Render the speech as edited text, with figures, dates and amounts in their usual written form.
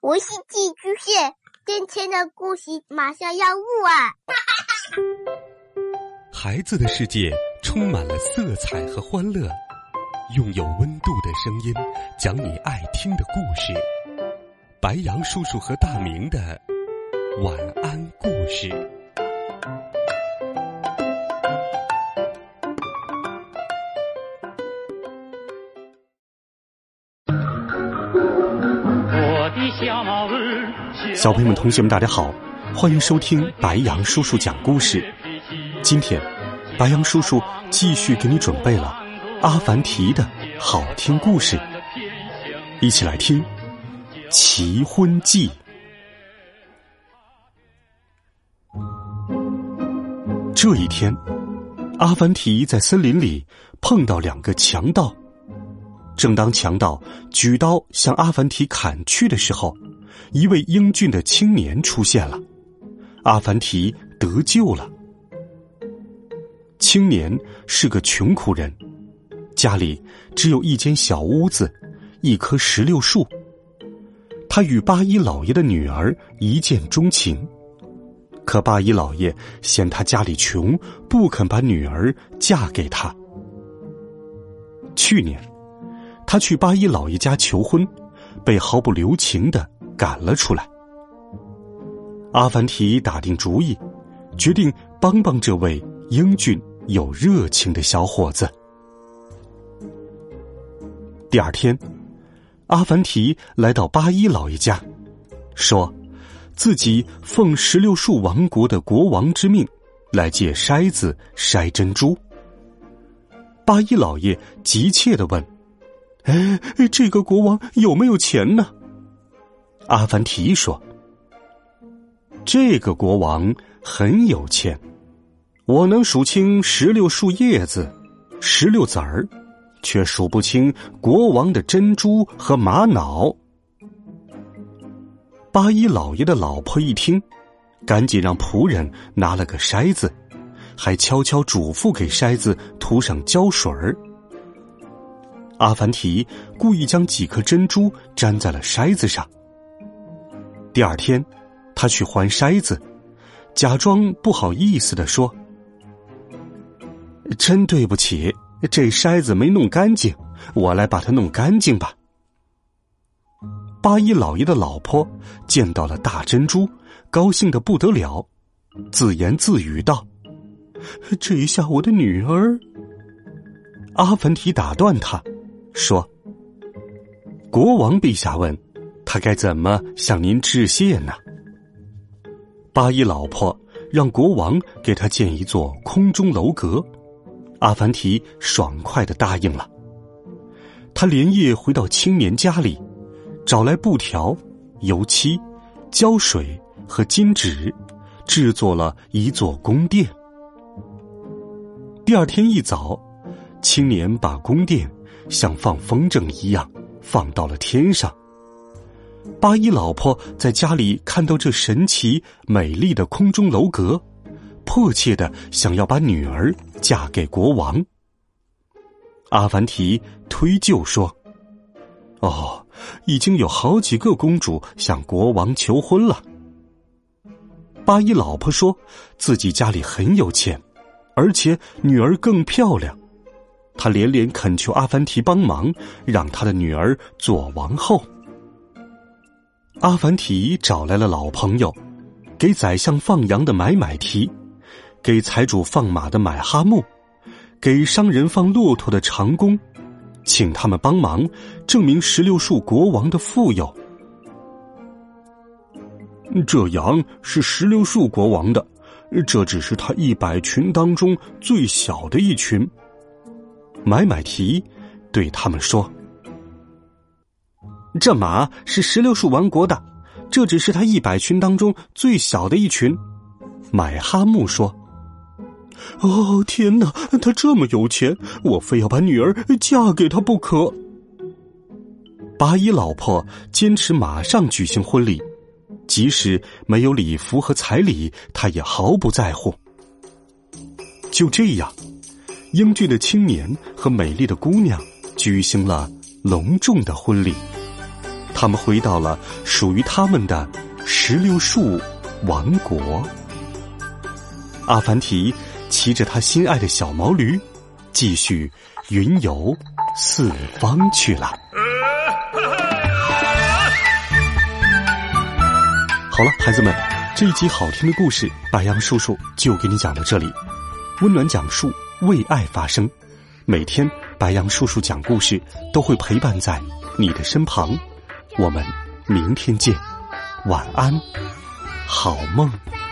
我是寄居蟹，今天的故事马上要录啊！ 孩子的世界充满了色彩和欢乐，用有温度的声音讲你爱听的故事。白杨叔叔和大明的晚安故事。小朋友们同学们大家好，欢迎收听白杨叔叔讲故事。今天白杨叔叔继续给你准备了阿凡提的好听故事，一起来听奇婚记。这一天，阿凡提在森林里碰到两个强盗。正当强盗举刀向阿凡提砍去的时候，一位英俊的青年出现了，阿凡提得救了。青年是个穷苦人，家里只有一间小屋子，一棵石榴树。他与巴依老爷的女儿一见钟情，可巴依老爷嫌他家里穷，不肯把女儿嫁给他。去年他去巴依老爷家求婚，被毫不留情地赶了出来。阿凡提打定主意，决定帮帮这位英俊有热情的小伙子。第二天，阿凡提来到巴依老爷家，说自己奉石榴树王国的国王之命来借筛子筛珍珠。巴依老爷急切地问，这个国王有没有钱呢？阿凡提说，这个国王很有钱，我能数清石榴树叶子、石榴籽儿，却数不清国王的珍珠和玛瑙。巴依老爷的老婆一听，赶紧让仆人拿了个筛子，还悄悄嘱咐给筛子涂上胶水儿。阿凡提故意将几颗珍珠粘在了筛子上。第二天，他去还筛子，假装不好意思地说，真对不起，这筛子没弄干净，我来把它弄干净吧。巴依老爷的老婆见到了大珍珠，高兴得不得了，自言自语道，这一下我的女儿。阿凡提打断他说，国王陛下问，他该怎么向您致谢呢？巴依老婆让国王给他建一座空中楼阁，阿凡提爽快地答应了。他连夜回到青年家里，找来布条、油漆、胶水和金纸，制作了一座宫殿。第二天一早，青年把宫殿像放风筝一样放到了天上。巴依老婆在家里看到这神奇美丽的空中楼阁，迫切地想要把女儿嫁给国王。阿凡提推就说，已经有好几个公主向国王求婚了。巴依老婆说自己家里很有钱，而且女儿更漂亮，他连连恳求阿凡提帮忙，让他的女儿做王后。阿凡提找来了老朋友，给宰相放羊的买提，给财主放马的买哈木，给商人放骆驼的长工，请他们帮忙证明石榴树国王的富有。这羊是石榴树国王的，这只是他100群当中最小的一群。买提对他们说，这马是石榴树王国的，这只是他100群当中最小的一群。买哈木说，天哪，他这么有钱，我非要把女儿嫁给他不可。巴依老婆坚持马上举行婚礼，即使没有礼服和彩礼，他也毫不在乎。就这样，英俊的青年和美丽的姑娘举行了隆重的婚礼。 他们回到了属于他们的石榴树王国。阿凡提骑着他心爱的小毛驴，继续云游四方去了。好了，孩子们，这一集好听的故事，白杨叔叔就给你讲到这里。温暖讲述，为爱发声。每天白杨叔叔讲故事都会陪伴在你的身旁。我们明天见，晚安，好梦。